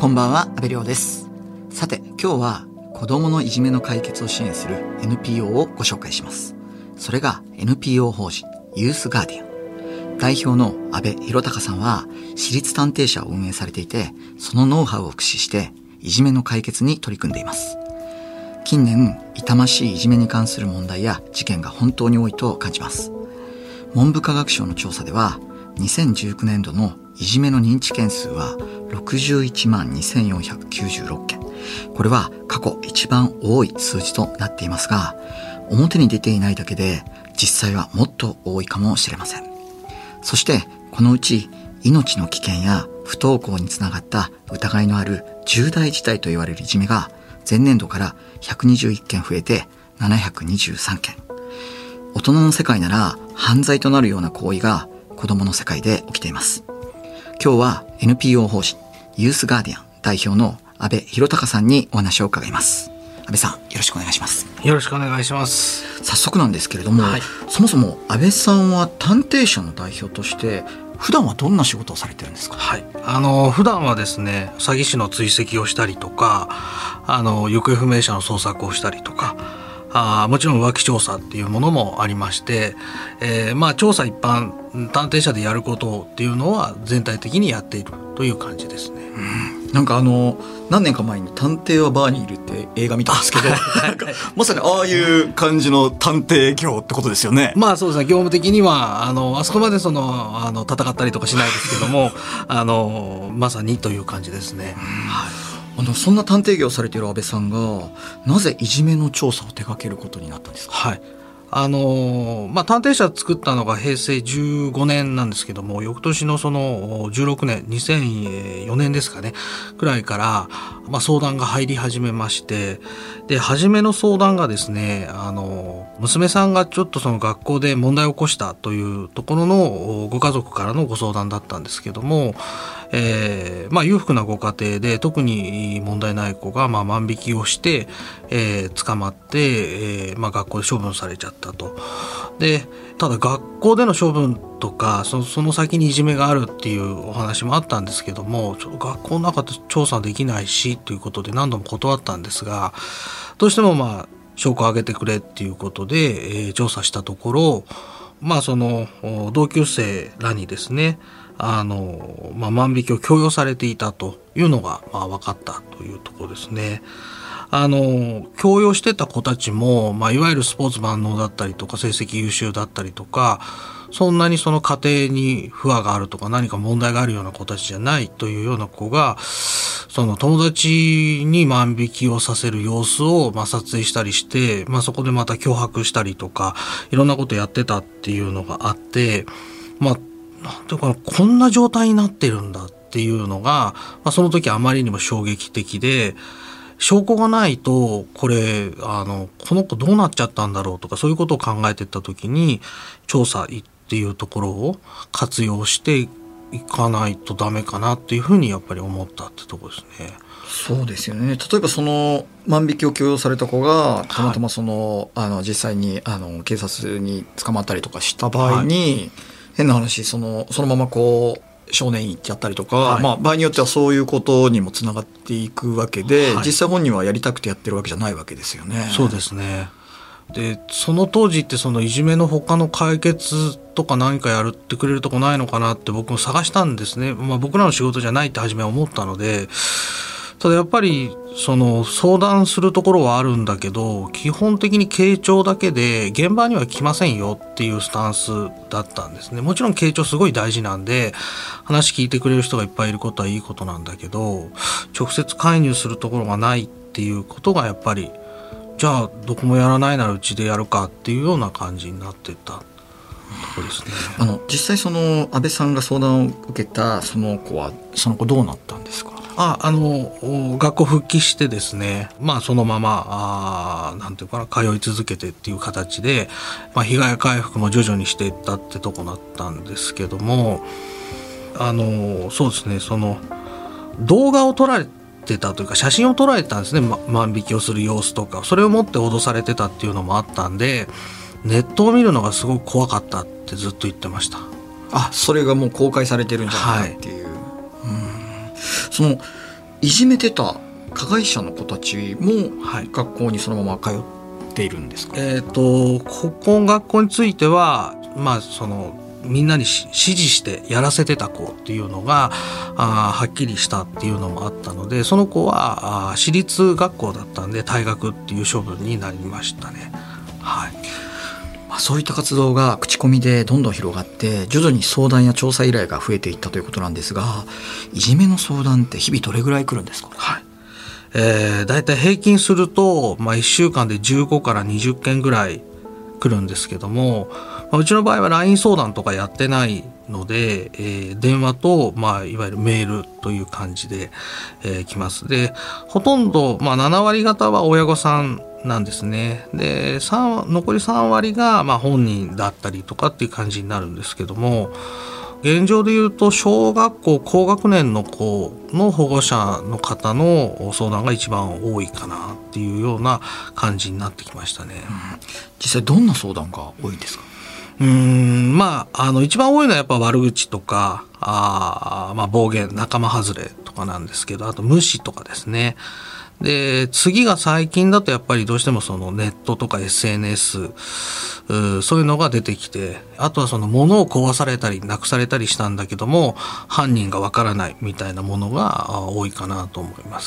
こんばんは、阿部亮です。さて、今日は子どものいじめの解決を支援する NPO をご紹介します。それが NPO 法人ユースガーディアン。代表の阿部弘隆さんは私立探偵社を運営されていて、そのノウハウを駆使していじめの解決に取り組んでいます。近年、痛ましいいじめに関する問題や事件が本当に多いと感じます。文部科学省の調査では、2019年度のいじめの認知件数は61万2496件。これは過去一番多い数字となっていますが、表に出ていないだけで実際はもっと多いかもしれません。そしてこのうち命の危険や不登校につながった疑いのある重大事態と言われるいじめが前年度から121件増えて723件。大人の世界なら犯罪となるような行為が子供の世界で起きています。今日は NPO 法人ユースガーディアン代表の阿部弘隆さんにお話を伺います。阿部さん、よろしくお願いします。 よろしくお願いします。 早速なんですけれども、そもそも阿部さんは探偵社の代表として普段はどんな仕事をされてるんですか？ 普段はですね、詐欺師の追跡をしたりとか、行方不明者の捜索をしたりとか、もちろん浮気調査っていうものもありまして、調査一般探偵社でやることっていうのは全体的にやっているという感じですね。 なんか何年か前に探偵はバーにいるって映画見たんですけどまさにああいう感じの探偵業ってことですよね。 そうですね、業務的にはあそこまで戦ったりとかしないですけどもまさにという感じですね。 そんな探偵業をされている阿部さんがなぜいじめの調査を手掛けることになったんですか？ 探偵社作ったのが平成15年なんですけども、翌年のその16年2004年ですかねくらいから、相談が入り始めまして、で初めの相談がですね、娘さんがちょっとその学校で問題を起こしたというところのご家族からのご相談だったんですけども、裕福なご家庭で特に問題ない子が万引きをして、捕まって、学校で処分されちゃったと。でただ学校での処分とかその先にいじめがあるっていうお話もあったんですけども、学校の中で調査できないしということで何度も断ったんですが、どうしても証拠を挙げてくれっていうことで、調査したところ、その同級生らにですね、万引きを強要されていたというのが分かったというところですね。強要してた子たちも、いわゆるスポーツ万能だったりとか成績優秀だったりとか、そんなにその家庭に不和があるとか何か問題があるような子たちじゃないというような子が、その友達に万引きをさせる様子を撮影したりして、そこでまた脅迫したりとかいろんなことやってたっていうのがあって、なんていうかな、こんな状態になってるんだっていうのが、その時あまりにも衝撃的で、証拠がないとこれこの子どうなっちゃったんだろうとか、そういうことを考えていった時に調査っていうところを活用していかないとダメかなっていうふうにやっぱり思ったってところですね。 そうですよね。例えばその万引きを強要された子がたまたま実際に警察に捕まったりとかした場合に、変な話そのまま少年院行っちゃったりとか、場合によってはそういうことにもつながっていくわけで、実際本人はやりたくてやってるわけじゃないわけですよね。 そうですね。でその当時ってそのいじめの他の解決とか何かやってくれるとこないのかなって僕も探したんですね。僕らの仕事じゃないって初めは思ったので、ただやっぱりその相談するところはあるんだけど、基本的に傾聴だけで現場には来ませんよっていうスタンスだったんですね。もちろん傾聴すごい大事なんで、話聞いてくれる人がいっぱいいることはいいことなんだけど、直接介入するところがないっていうことがやっぱり、じゃあどこもやらないならうちでやるかっていうような感じになってたところですね。 実際その安倍さんが相談を受けたその子どうなったんですか？ 学校復帰してですね、そのままなんていうかな、通い続けてっていう形で、被害回復も徐々にしていったってとこだったんですけども、そうですね、その動画を撮られてたというか写真を撮られてたんですね。万引きをする様子とか、それを持って脅されてたっていうのもあったんで、ネットを見るのがすごく怖かったってずっと言ってました。 それがもう公開されてるんじゃないかっていう、そのいじめてた加害者の子たちも学校にそのまま通っているんですか？ ここの学校については、みんなに指示してやらせてた子っていうのがはっきりしたっていうのもあったので、その子は私立学校だったんで退学っていう処分になりましたね。はい。 そういった活動が口コミでどんどん広がって徐々に相談や調査依頼が増えていったということなんですが、いじめの相談って日々どれぐらい来るんですか？ はい。だいたい平均すると、1週間で15から20件ぐらい来るんですけども、うちの場合は LINE 相談とかやってないので、電話と、いわゆるメールという感じで、来ます。で、ほとんど、7割方は親御さんなんですね。で、残り3割が、本人だったりとかっていう感じになるんですけども、現状で言うと小学校高学年の子の保護者の方の相談が一番多いかなっていうような感じになってきましたね。 実際どんな相談が多いんですか？ 一番多いのはやっぱ悪口とか暴言、仲間外れとかなんですけど、あと無視とかですね。で、次が最近だとやっぱりどうしてもそのネットとか SNS、そういうのが出てきて、あとはその物を壊されたりなくされたりしたんだけども犯人がわからないみたいなものが多いかなと思います。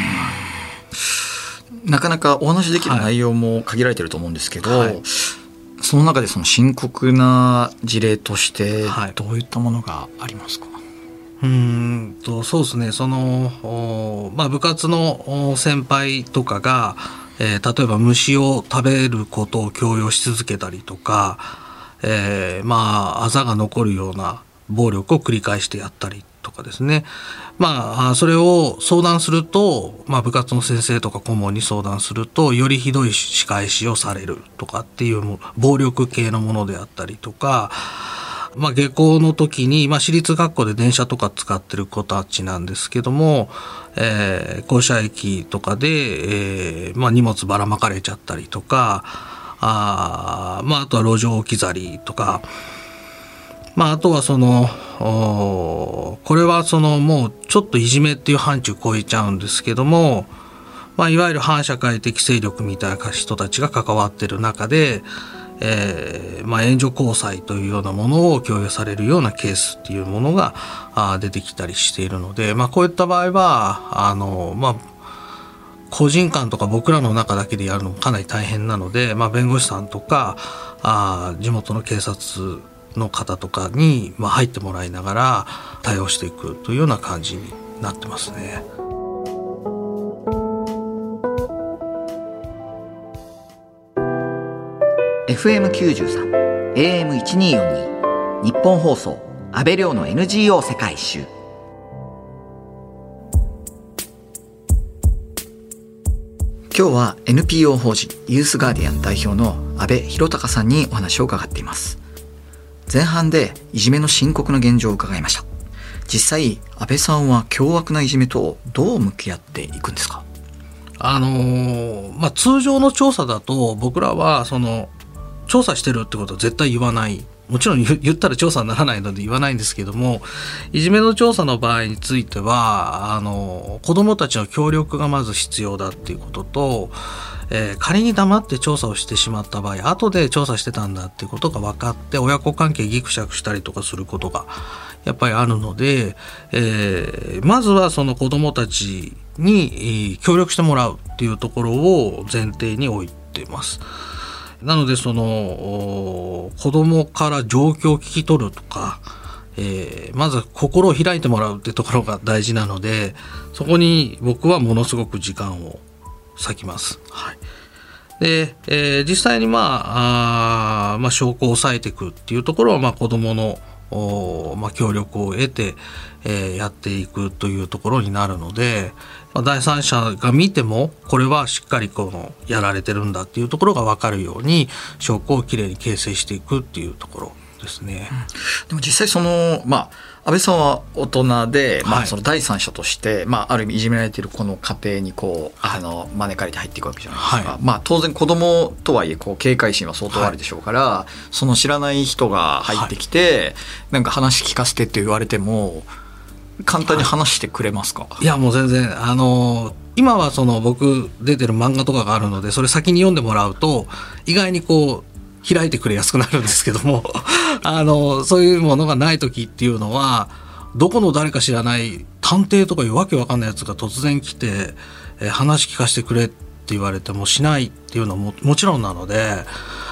なかなかお話しできる内容も限られてると思うんですけど、その中でその深刻な事例としてどういったものがありますか？ そうですね。部活の先輩とかが、例えば虫を食べることを強要し続けたりとか、あざが残るような暴力を繰り返してやったりとかですね。それを相談すると、部活の先生とか顧問に相談すると、よりひどい仕返しをされるとかっていう暴力系のものであったりとか、下校の時に、私立学校で電車とか使ってる子たちなんですけども、降車駅とかで、荷物ばらまかれちゃったりとか、あとは路上置き去りとか、あとはこれはもうちょっといじめっていう範疇超えちゃうんですけども、いわゆる反社会的勢力みたいな人たちが関わってる中で、援助交際というようなものを共有されるようなケースっていうものが出てきたりしているので、こういった場合は個人間とか僕らの中だけでやるのもかなり大変なので、弁護士さんとか地元の警察の方とかに入ってもらいながら対応していくというような感じになってますね。 FM93 AM1242 日本放送安倍亮の NGO 世界一周。今日は NPO 法人ユースガーディアン代表の安倍博隆さんにお話を伺っています。前半でいじめの深刻な現状を伺いました。実際安倍さんは凶悪ないじめとどう向き合っていくんですか？ 通常の調査だと僕らは調査してるってことは絶対言わない。もちろん言ったら調査にならないので言わないんですけども、いじめの調査の場合については子どもたちの協力がまず必要だっていうことと、仮に黙って調査をしてしまった場合、後で調査してたんだっていうことが分かって親子関係ギクシャクしたりとかすることがやっぱりあるので、まずはその子どもたちに協力してもらうっていうところを前提に置いています。なので子供から状況を聞き取るとか、まず心を開いてもらうってところが大事なので、そこに僕はものすごく時間を割きます。はい。で、実際に証拠を抑えていくっていうところは子供の協力を得て、やっていくというところになるので、第三者が見てもこれはしっかりやられてるんだっていうところが分かるように証拠をきれいに形成していくっていうところですね。 でも実際安倍さんは大人で、その第三者として、ある意味いじめられているこの家庭に招かれて入っていくわけじゃないですか。当然子供とはいえ警戒心は相当あるでしょうから、その知らない人が入ってきて、なんか話聞かせてって言われても簡単に話してくれますか？ いやもう全然今はその僕出てる漫画とかがあるのでそれ先に読んでもらうと意外にこう開いてくれやすくなるんですけどもそういうものがない時っていうのはどこの誰か知らない探偵とかいうわけわかんないやつが突然来て、話聞かせてくれって言われてもしないっていうのももちろんなので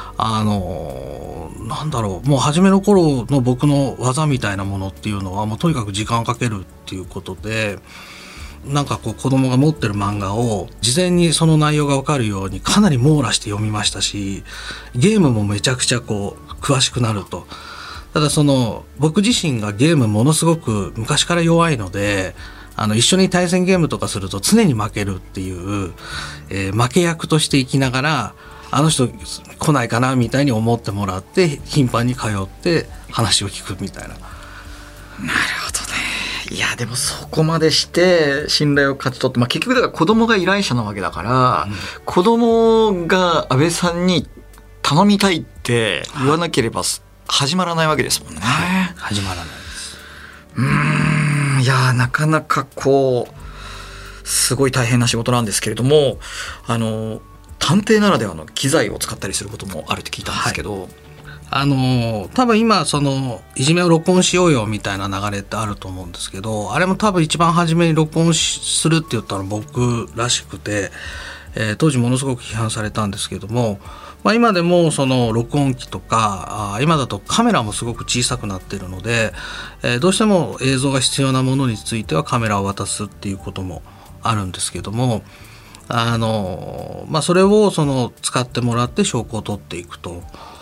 なんだろうもう初めの頃の僕の技みたいなものっていうのはもうとにかく時間をかけるっていうことでなんかこう子供が持ってる漫画を事前にその内容が分かるようにかなり網羅して読みましたしゲームもめちゃくちゃこう詳しくなると。ただその僕自身がゲームものすごく昔から弱いので一緒に対戦ゲームとかすると常に負けるっていう、負け役として生きながらあの人来ないかなみたいに思ってもらって頻繁に通って話を聞くみたいな。 なるほどね。いやでもそこまでして信頼を勝ち取って、結局だから子供が依頼者なわけだから、子供が安倍さんに頼みたいって言わなければ始まらないわけですもんね。 始まらないです。 いやなかなかこうすごい大変な仕事なんですけれども探偵ならではの機材を使ったりすることもあるって聞いたんですけど、 多分今そのいじめを録音しようよみたいな流れってあると思うんですけどあれも多分一番初めに録音するって言ったの僕らしくて、当時ものすごく批判されたんですけども、今でもその録音機とか今だとカメラもすごく小さくなっているので、どうしても映像が必要なものについてはカメラを渡すっていうこともあるんですけどもそれをその使ってもらって証拠を取っていくと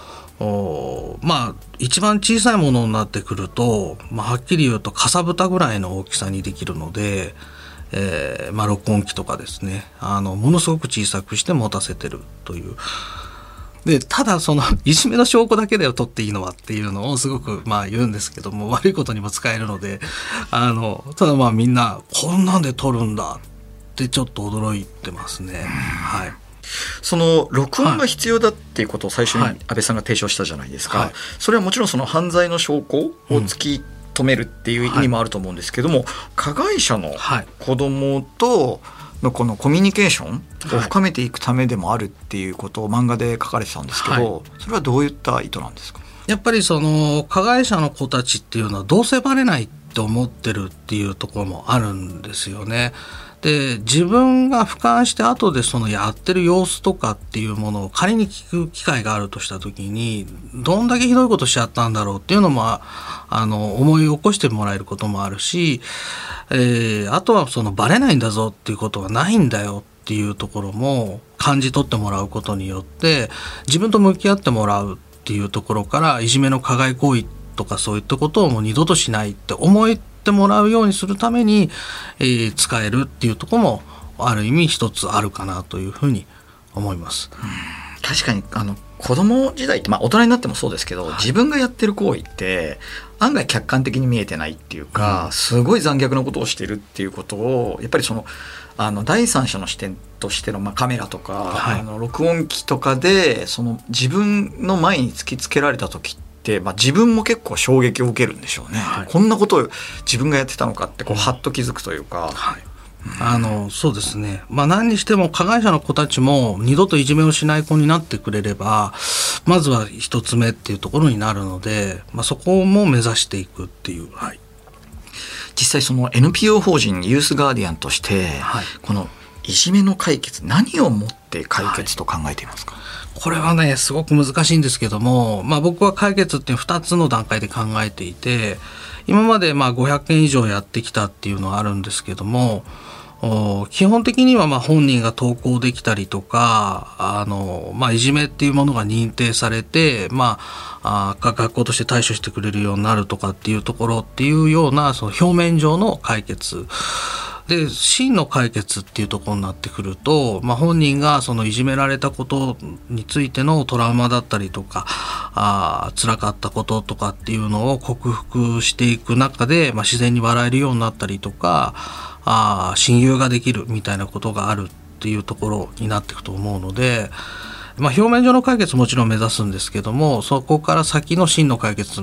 一番小さいものになってくると、はっきり言うとかさぶたぐらいの大きさにできるので、録音機とかですねものすごく小さくして持たせてるというでただそのいじめの証拠だけでは取っていいのはっていうのをすごく言うんですけども悪いことにも使えるのでただみんなこんなんで取るんだってちょっと驚いてますね。はい。 その録音が必要だっていうことを最初に安倍さんが提唱したじゃないですか、それはもちろんその犯罪の証拠を突き止めるっていう意味もあると思うんですけども、加害者の子供とのこのコミュニケーションを深めていくためでもあるっていうことを漫画で書かれてたんですけど、それはどういった意図なんですか？ やっぱりその加害者の子たちっていうのはどうせバレないって思ってるっていうところもあるんですよね。で自分が俯瞰して後でそのやってる様子とかっていうものを仮に聞く機会があるとした時にどんだけひどいことしちゃったんだろうっていうのも思い起こしてもらえることもあるし、あとはそのバレないんだぞっていうことがないんだよっていうところも感じ取ってもらうことによって自分と向き合ってもらうっていうところからいじめの加害行為とかそういったことをもう二度としないって思ってもらうようにするために、使えるっていうところもある意味一つあるかなというふうに思います。 確かに子供時代って大人になってもそうですけど、自分がやってる行為って案外客観的に見えてないっていうか、すごい残虐なことをしてるっていうことをやっぱりその第三者の視点としてのカメラとか、録音機とかでその自分の前に突きつけられた時って、自分も結構衝撃を受けるんでしょうね、こんなことを自分がやってたのかってハッと気づくというか、 そうですね、何にしても加害者の子たちも二度といじめをしない子になってくれればまずは一つ目っていうところになるので、そこも目指していくっていう、 実際その NPO 法人ユースガーディアンとして、このいじめの解決何をもって解決と考えていますか？ これはねすごく難しいんですけども、僕は解決っていう2つの段階で考えていて今まで500件以上やってきたっていうのはあるんですけども基本的には本人が投稿できたりとかいじめっていうものが認定されて学校として対処してくれるようになるとかっていうところっていうようなその表面上の解決で真の解決っていうところになってくると、本人がそのいじめられたことについてのトラウマだったりとか辛かったこととかっていうのを克服していく中で、自然に笑えるようになったりとか親友ができるみたいなことがあるっていうところになっていくと思うので、表面上の解決もちろん目指すんですけどもそこから先の真の解決って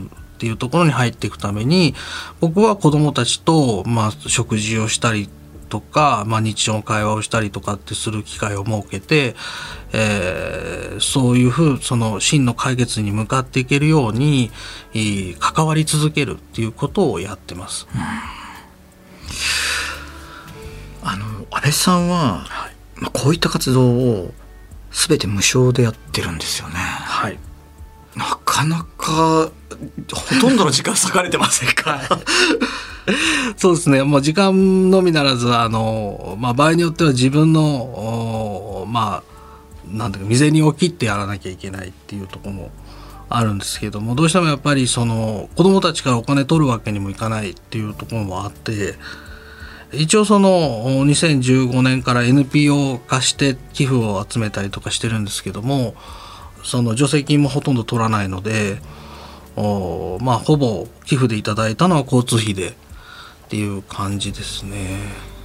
っていうところに入っていくために、僕は子どもたちと、食事をしたりとか、日常の会話をしたりとかってする機会を設けて、そういうその真の解決に向かっていけるように関わり続けるっていうことをやってます。 安倍さんは、こういった活動を全て無償でやってるんですよね。 はい。 なかなかほとんどの時間割かれてませんか？ そうですね。もう時間のみならず場合によっては自分のなんていうか身銭を切ってやらなきゃいけないっていうところもあるんですけども、どうしてもやっぱりその子どもたちからお金取るわけにもいかないっていうところもあって、一応その2015年から NPO 化して寄付を集めたりとかしてるんですけども、その助成金もほとんど取らないので、ほぼ寄付でいただいたのは交通費でっていう感じですね。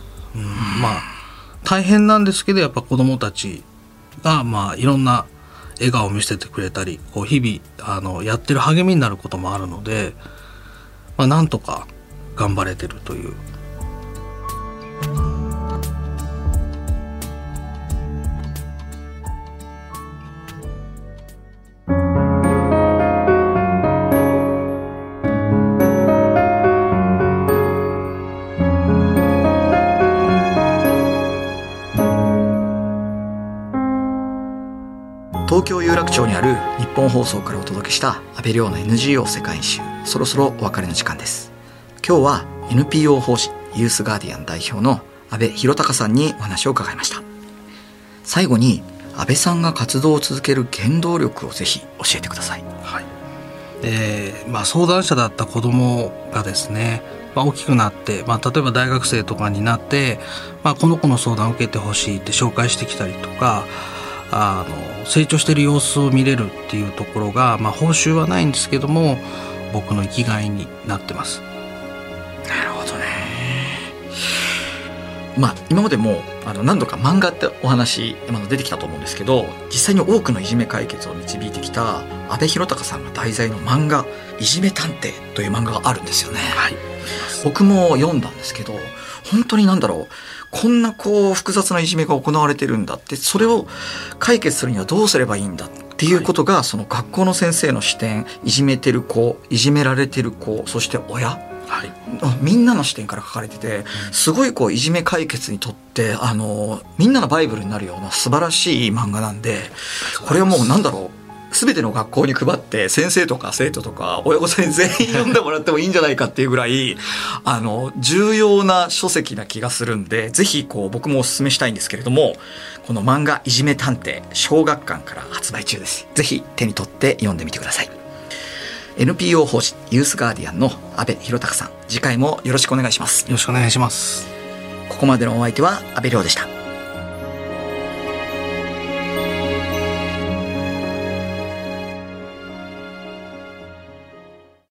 大変なんですけど、やっぱ子どもたちがいろんな笑顔を見せてくれたり、日々やってる励みになることもあるので、なんとか頑張れてるという。 東京有楽町にある日本放送からお届けした安倍亮の NGO 世界一周、そろそろお別れの時間です。今日は NPO 法人ユースガーディアン代表の安倍博隆さんにお話を伺いました。最後に安倍さんが活動を続ける原動力をぜひ教えてください。 はい。相談者だった子どもがですね、大きくなって、例えば大学生とかになって、この子の相談を受けてほしいって紹介してきたりとか、成長している様子を見れるっていうところが、報酬はないんですけども、僕の生きがいになってます。 なるほどね。今までも何度か漫画ってお話出てきたと思うんですけど、実際に多くのいじめ解決を導いてきた安倍博隆さんが題材の漫画「いじめ探偵」という漫画があるんですよね。 はい。 僕も読んだんですけど、本当にこんな複雑ないじめが行われてるんだって、それを解決するにはどうすればいいんだっていうことが、その学校の先生の視点、いじめてる子、いじめられてる子、そして親、みんなの視点から書かれてて、すごいいじめ解決にとってみんなのバイブルになるような素晴らしい漫画なんで、これはもう全ての学校に配って先生とか生徒とか親御さんに全員読んでもらってもいいんじゃないかっていうぐらい重要な書籍な気がするんで、ぜひ僕もお勧めしたいんですけれども、この漫画いじめ探偵、小学館から発売中です。ぜひ手に取って読んでみてください。 NPO 法人ユースガーディアンの安倍博隆さん、次回もよろしくお願いします。 よろしくお願いします。 ここまでのお相手は安倍亮でした。